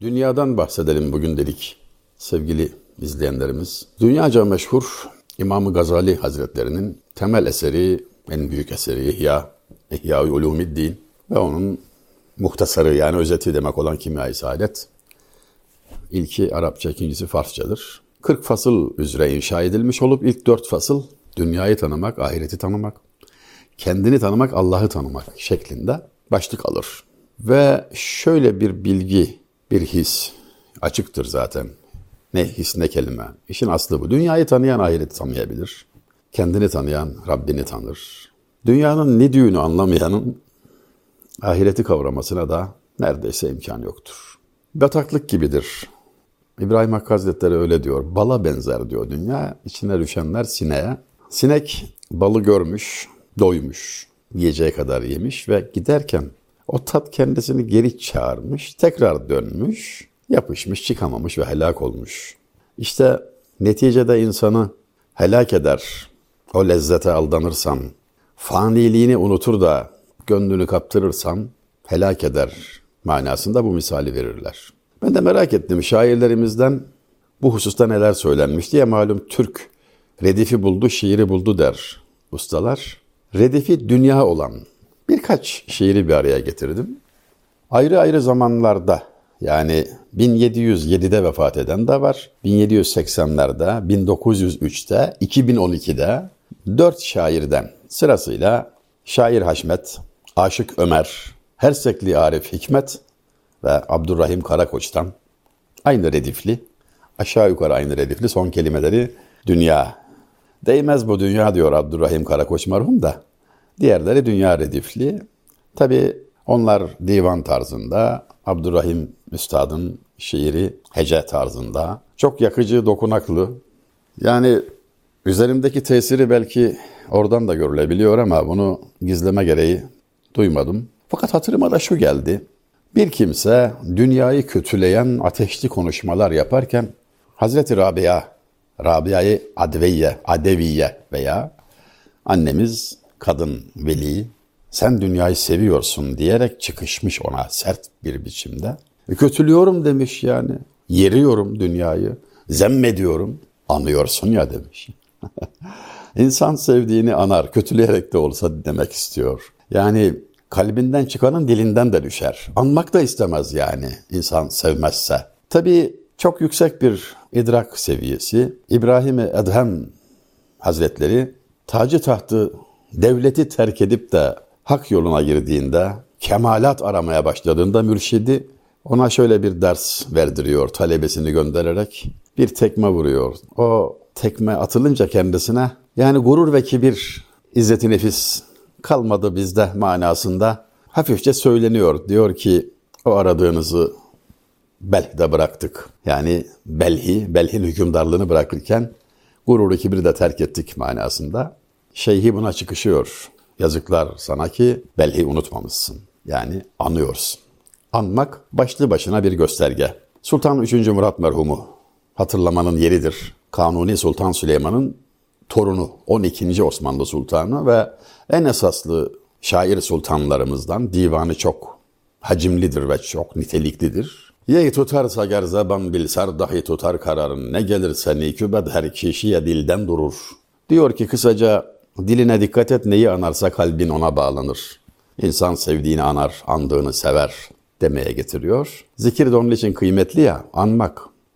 Dünyadan bahsedelim bugün dedik sevgili izleyenlerimiz. Dünyaca meşhur İmam-ı Gazali Hazretleri'nin temel eseri, en büyük eseri İhya-i Ulûmiddin ve onun muhtasarı yani özeti demek olan Kimya-i Saadet. İlki Arapça, ikincisi Farsçadır. 40 fasıl üzere inşa edilmiş olup ilk 4 fasıl dünyayı tanımak, ahireti tanımak, kendini tanımak, Allah'ı tanımak şeklinde başlık alır. Ve şöyle bir bilgi, bir his açıktır zaten. Ne his ne kelime. İşin aslı bu. Dünyayı tanıyan ahireti tanıyabilir. Kendini tanıyan Rabbini tanır. Dünyanın ne düğünü anlamayanın ahireti kavramasına da neredeyse imkan yoktur. Bataklık gibidir. İbrahim Hakkı Hazretleri öyle diyor. Bala benzer diyor dünya. İçine düşenler sineğe. Sinek balı görmüş, doymuş. Yiyeceği kadar yemiş ve giderken o tat kendisini geri çağırmış, tekrar dönmüş, yapışmış, çıkamamış ve helak olmuş. İşte neticede insanı helak eder. O lezzete aldanırsan, faniliğini unutur da gönlünü kaptırırsan helak eder manasında bu misali verirler. Ben de merak ettim şairlerimizden bu hususta neler söylenmiş diye. Malum Türk redifi buldu, şiiri buldu der ustalar. Redifi dünya olan birkaç şiiri bir araya getirdim. Ayrı ayrı zamanlarda yani 1707'de vefat eden de var, 1780'lerde, 1903'te, 2012'de 4 şairden sırasıyla Şair Haşmet, Aşık Ömer, Hersekli Arif Hikmet ve Abdurrahim Karakoç'tan aynı redifli, aşağı yukarı aynı redifli son kelimeleri dünya. Değmez bu dünya diyor Abdurrahim Karakoç merhum da. Diğerleri dünya redifli. Tabii onlar divan tarzında, Abdurrahim Üstad'ın şiiri hece tarzında. Çok yakıcı, dokunaklı. Yani üzerimdeki tesiri belki oradan da görülebiliyor ama bunu gizleme gereği duymadım. Fakat hatırıma da şu geldi. Bir kimse dünyayı kötüleyen ateşli konuşmalar yaparken Hazreti Rabia'yı Adeviye veya annemiz kadın veli, sen dünyayı seviyorsun diyerek çıkışmış ona sert bir biçimde. Kötülüyorum demiş yani, yeriyorum dünyayı, zemmediyorum, anıyorsun ya demiş. İnsan sevdiğini anar, kötüleyerek de olsa demek istiyor. Yani kalbinden çıkanın dilinden de düşer. Anmak da istemez yani insan sevmezse. Tabii çok yüksek bir idrak seviyesi. İbrahim-i Edhem Hazretleri tacı tahtı devleti terk edip de hak yoluna girdiğinde, kemalat aramaya başladığında mürşidi ona şöyle bir ders verdiriyor talebesini göndererek. Bir tekme vuruyor. O tekme atılınca kendisine yani gurur ve kibir, izzet-i nefis kalmadı bizde manasında hafifçe söyleniyor. Diyor ki o aradığınızı Belh'de bıraktık. Yani Belh'in hükümdarlığını bırakırken gururu kibri de terk ettik manasında. Şeyhi buna çıkışıyor. Yazıklar sana ki Belh'i unutmamışsın. Yani anıyorsun. Anmak başlı başına bir gösterge. Sultan 3. Murat merhumu hatırlamanın yeridir. Kanuni Sultan Süleyman'ın torunu 12. Osmanlı Sultanı ve en esaslı şair sultanlarımızdan, divanı çok hacimlidir ve çok niteliklidir. Yey tutarsa ger zeban bilser dahi tutar kararın, ne gelirse nikübed her kişiye dilden durur. Diyor ki kısaca diline dikkat et, neyi anarsa kalbin ona bağlanır. İnsan sevdiğini anar, andığını sever demeye getiriyor. Zikir de onun için kıymetli ya, anmak.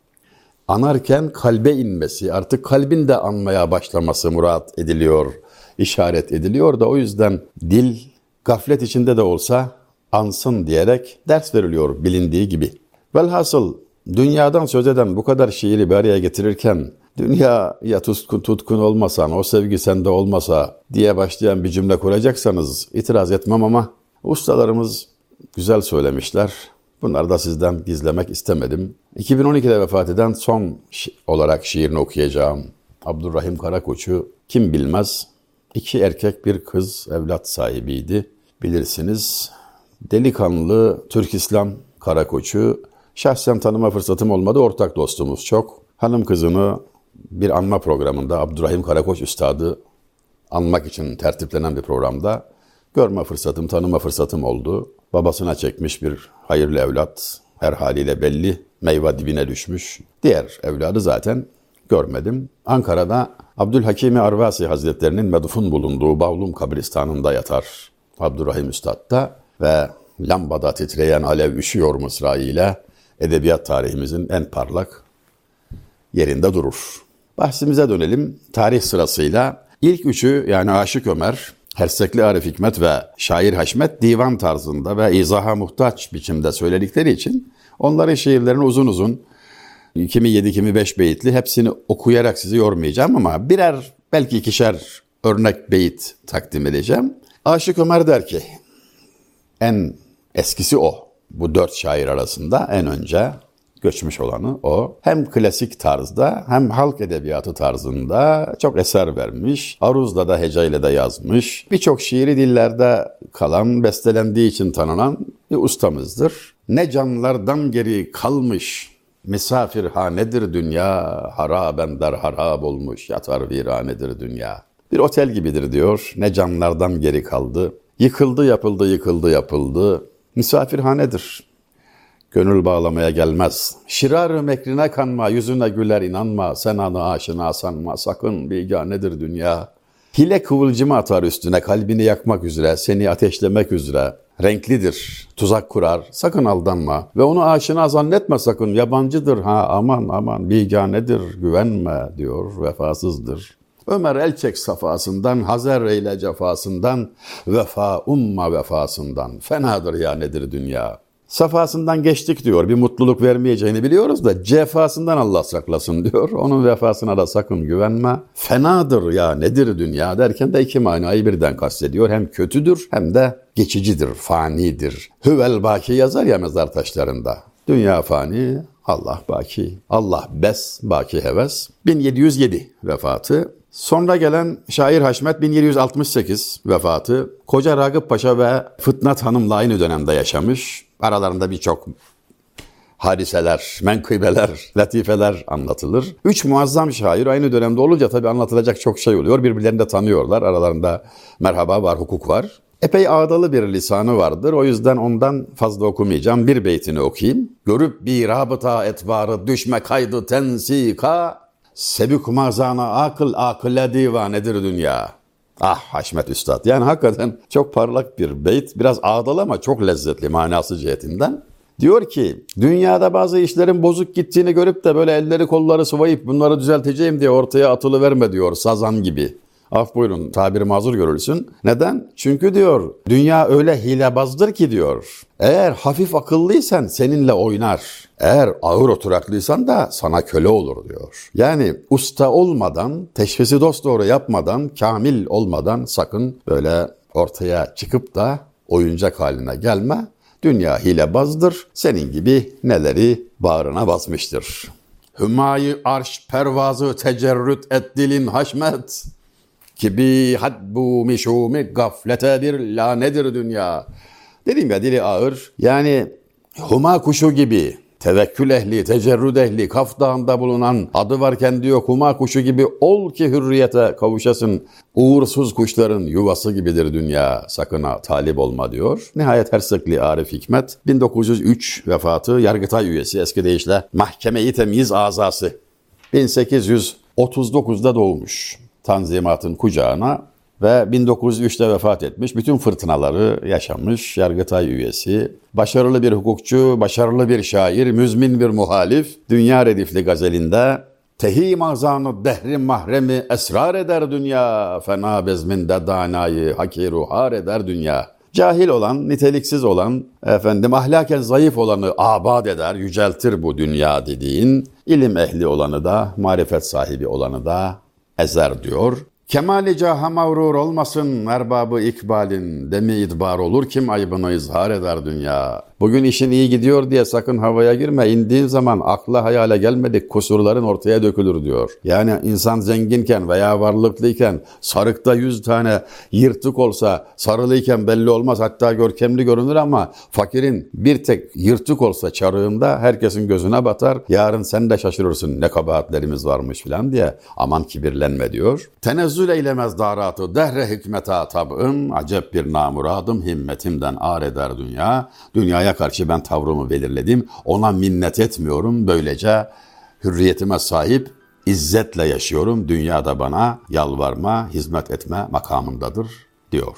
Anarken kalbe inmesi, artık kalbin de anmaya başlaması murat ediliyor, işaret ediliyor da o yüzden dil gaflet içinde de olsa ansın diyerek ders veriliyor bilindiği gibi. Velhasıl dünyadan söz eden bu kadar şiiri bir araya getirirken dünyaya tutkun olmasan, o sevgi sende olmasa diye başlayan bir cümle kuracaksanız itiraz etmem ama ustalarımız güzel söylemişler. Bunları da sizden gizlemek istemedim. 2012'de vefat eden son olarak şiirini okuyacağım. Abdurrahim Karakoç'u kim bilmez? 2 erkek bir kız evlat sahibiydi. Bilirsiniz. Delikanlı Türk İslam Karakoç'u şahsen tanıma fırsatım olmadı. Ortak dostumuz çok. Hanım kızını bir anma programında Abdurrahim Karakoç Üstad'ı anmak için tertiplenen bir programda görme fırsatım, tanıma fırsatım oldu. Babasına çekmiş bir hayırlı evlat, her haliyle belli. Meyve dibine düşmüş. Diğer evladı zaten görmedim. Ankara'da Abdülhakim Arvasi Hazretlerinin medfun bulunduğu Bavlum kabristanında yatar Abdurrahim Üstad da ve lambada titreyen alev üşüyor mısrağıyla edebiyat tarihimizin en parlak yerinde durur. Bahsimize dönelim. Tarih sırasıyla ilk üçü yani Aşık Ömer, Hersekli Arif Hikmet ve Şair Haşmet divan tarzında ve izaha muhtaç biçimde söyledikleri için onların şiirlerini uzun uzun kimi 7 kimi 5 beyitli hepsini okuyarak sizi yormayacağım ama birer belki ikişer örnek beyit takdim edeceğim. Aşık Ömer der ki en eskisi o. Bu 4 şair arasında en önce göçmüş olanı o. Hem klasik tarzda hem halk edebiyatı tarzında çok eser vermiş. Aruz'da da heceyle de yazmış. Birçok şiiri dillerde kalan, bestelendiği için tanınan bir ustamızdır. Ne canlardan geri kalmış misafirhanedir dünya, haraben der harab olmuş yatar viranedir dünya. Bir otel gibidir diyor. Ne canlardan geri kaldı. Yıkıldı yapıldı, yıkıldı yapıldı. Misafirhanedir. Gönül bağlamaya gelmez. Şirar-ı mekrine kanma, yüzüne güler inanma. Sen ana aşina sanma, sakın biganedir dünya. Hile kıvılcımı atar üstüne, kalbini yakmak üzere, seni ateşlemek üzere. Renklidir, tuzak kurar, sakın aldanma. Ve onu aşina zannetme sakın, yabancıdır ha aman aman, biganedir, güvenme diyor, vefasızdır. Ömer el çek safasından, hazer eyle cefasından, vefa umma vefasından. Fenadır ya nedir dünya. Safasından geçtik diyor, bir mutluluk vermeyeceğini biliyoruz da cefasından Allah saklasın diyor. Onun vefasına da sakın güvenme. Fenadır ya nedir dünya derken de iki manayı birden kastediyor. Hem kötüdür hem de geçicidir, fanidir. Hüvel baki yazar ya mezar taşlarında. Dünya fani, Allah baki. Allah bes, baki heves. 1707 vefatı. Sonra gelen şair Haşmet 1768 vefatı. Koca Ragıp Paşa ve Fıtnat Hanım'la aynı dönemde yaşamış. Aralarında birçok hadiseler, menkıbeler, latifeler anlatılır. 3 muazzam şair aynı dönemde olunca tabii anlatılacak çok şey oluyor. Birbirlerini de tanıyorlar. Aralarında merhaba var, hukuk var. Epey ağdalı bir lisanı vardır. O yüzden ondan fazla okumayacağım. Bir beytini okuyayım. Görüp bir rabıta etbarı düşme kaydı tensika. Sebük mazana akılle divanedir dünya. Ah Haşmet Üstad. Yani hakikaten çok parlak bir beyt. Biraz ağdalı ama çok lezzetli manası cihetinden. Diyor ki dünyada bazı işlerin bozuk gittiğini görüp de böyle elleri kolları sıvayıp bunları düzelteceğim diye ortaya atılıverme diyor sazan gibi. Af buyurun tabiri mazur görülsün. Neden? Çünkü diyor dünya öyle hilebazdır ki diyor. Eğer hafif akıllıysan seninle oynar. Eğer ağır oturaklıysan da sana köle olur diyor. Yani usta olmadan, teşhisi dosdoğru yapmadan, kamil olmadan sakın böyle ortaya çıkıp da oyuncak haline gelme. Dünya hilebazdır. Senin gibi neleri bağrına basmıştır. Hümayı arş pervazı tecerrüt et dilin Haşmet. Ki hadbu mişumi gafletedir la nedir dünya. Dedim ya dili ağır. Yani huma kuşu gibi tevekkül ehli, tecerrüd ehli, Kaf Dağı'nda bulunan adı varken diyor huma kuşu gibi ol ki hürriyete kavuşasın. Uğursuz kuşların yuvası gibidir dünya. Sakın ha talip olma diyor. Nihayet Hersekli Arif Hikmet 1903 vefatı Yargıtay üyesi eski deyişle Mahkeme-i Temyiz azası. 1839'da doğmuş. Tanzimatın kucağına ve 1903'te vefat etmiş. Bütün fırtınaları yaşamış. Yargıtay üyesi. Başarılı bir hukukçu, başarılı bir şair, müzmin bir muhalif. Dünya redifli gazelinde tehi mazanı dehri mahremi esrar eder dünya. Fena bezminde danayı hakiru har eder dünya. Cahil olan, niteliksiz olan, ahlaken zayıf olanı abad eder, yüceltir bu dünya dediğin. İlim ehli olanı da, marifet sahibi olanı da ezer diyor. Kemali caha mağrur olmasın erbabı ikbalin, demi idbar olur kim ayıbını izhar eder dünya. Bugün işin iyi gidiyor diye sakın havaya girme, indiğin zaman akla hayale gelmedik kusurların ortaya dökülür diyor. Yani insan zenginken veya varlıklıyken sarıkta 100 tane yırtık olsa sarılıyken belli olmaz, hatta görkemli görünür ama fakirin bir tek yırtık olsa çarığında herkesin gözüne batar. Yarın sen de şaşırırsın ne kabahatlerimiz varmış filan diye, aman kibirlenme diyor. Tenezzül eylemez daratı dehre hikmeta tab'ım, acep bir namuradım himmetimden ar eder dünya. Dünyaya dünyaya karşı ben tavrımı belirledim. Ona minnet etmiyorum. Böylece hürriyetime sahip, izzetle yaşıyorum. Dünyada bana yalvarma, hizmet etme makamındadır diyor.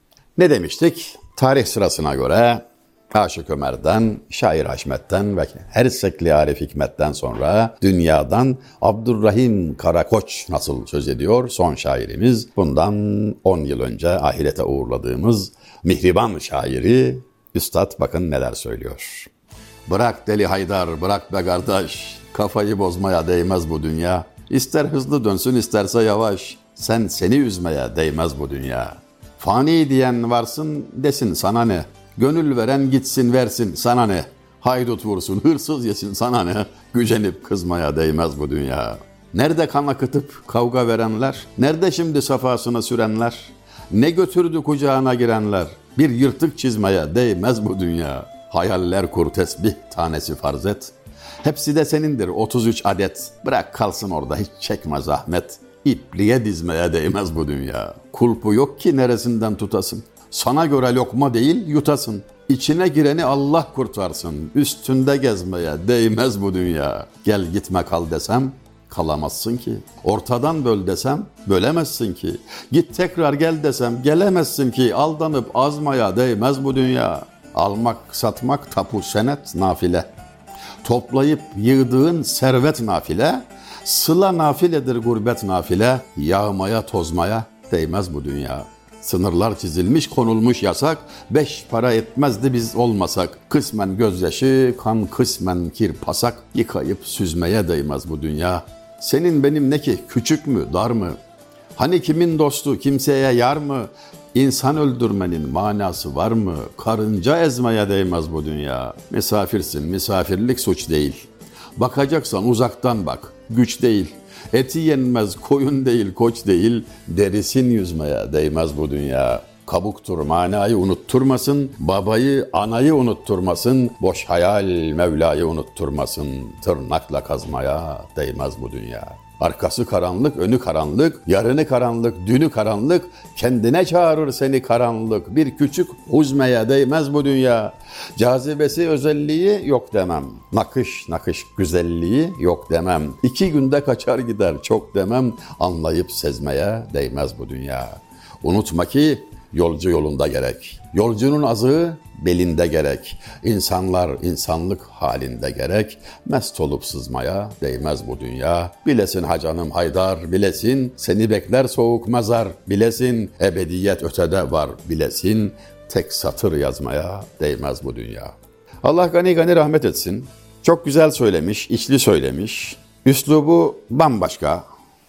Ne demiştik? Tarih sırasına göre Aşık Ömer'den, Şair Haşmet'ten ve Hersekli Arif Hikmet'ten sonra dünyadan Abdurrahim Karakoç nasıl söz ediyor? Son şairimiz. Bundan 10 yıl önce ahirete uğurladığımız mihriban şairi Üstad bakın neler söylüyor. Bırak deli Haydar, bırak be kardeş, kafayı bozmaya değmez bu dünya. İster hızlı dönsün isterse yavaş, seni üzmeye değmez bu dünya. Fani diyen varsın desin sana ne? Gönül veren gitsin versin sana ne? Haydut vursun hırsız yesin sana ne? Gücenip kızmaya değmez bu dünya. Nerede kan akıtıp kavga verenler? Nerede şimdi safasını sürenler? Ne götürdü kucağına girenler? Bir yırtık çizmeye değmez bu dünya. Hayaller kur tesbih tanesi farz et. Hepsi de senindir 33 adet. Bırak kalsın orada hiç çekme zahmet. İpliğe dizmeye değmez bu dünya. Kulpu yok ki neresinden tutasın. Sana göre lokma değil yutasın. İçine gireni Allah kurtarsın. Üstünde gezmeye değmez bu dünya. Gel gitme kal desem kalamazsın ki. Ortadan böl desem bölemezsin ki. Git tekrar gel desem gelemezsin ki. Aldanıp azmaya değmez bu dünya. Almak satmak tapu senet nafile. Toplayıp yığdığın servet nafile. Sıla nafiledir gurbet nafile. Yağmaya tozmaya değmez bu dünya. Sınırlar çizilmiş, konulmuş yasak. 5 para etmezdi biz olmasak. Kısmen gözyaşı, kan kısmen kirpasak. Yıkayıp süzmeye değmez bu dünya. Senin benim ne ki, küçük mü, dar mı? Hani kimin dostu, kimseye yar mı? İnsan öldürmenin manası var mı? Karınca ezmeye değmez bu dünya. Misafirsin, misafirlik suç değil. Bakacaksan uzaktan bak, güç değil. Eti yenmez, koyun değil, koç değil, derisin yüzmeye değmez bu dünya. Kabuktur manayı unutturmasın, babayı anayı unutturmasın, boş hayal Mevla'yı unutturmasın, tırnakla kazmaya değmez bu dünya. Arkası karanlık, önü karanlık, yarını karanlık, dünü karanlık, kendine çağırır seni karanlık, bir küçük huzmeye değmez bu dünya. Cazibesi özelliği yok demem, nakış nakış güzelliği yok demem, 2 günde kaçar gider çok demem, anlayıp sezmeye değmez bu dünya. Unutma ki yolcu yolunda gerek, yolcunun azığı belinde gerek, insanlar insanlık halinde gerek, mest olup sızmaya değmez bu dünya. Bilesin ha canım Haydar, bilesin, seni bekler soğuk mezar, bilesin, ebediyet ötede var, bilesin, tek satır yazmaya değmez bu dünya. Allah gani gani rahmet etsin. Çok güzel söylemiş, içli söylemiş. Üslubu bambaşka,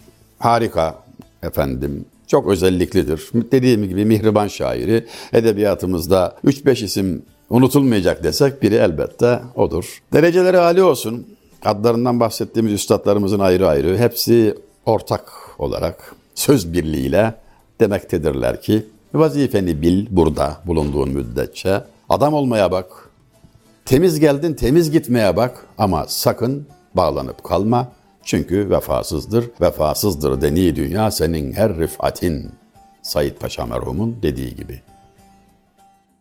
harika efendim. Çok özelliklidir. Dediğim gibi mihriban şairi. Edebiyatımızda 3-5 isim unutulmayacak desek biri elbette odur. Dereceleri âli olsun. Adlarından bahsettiğimiz üstadlarımızın ayrı ayrı. Hepsi ortak olarak söz birliğiyle demektedirler ki vazifeni bil burada bulunduğun müddetçe. Adam olmaya bak. Temiz geldin temiz gitmeye bak ama sakın bağlanıp kalma. Çünkü vefasızdır deni dünya senin her rifatin. Said Paşa merhumun dediği gibi.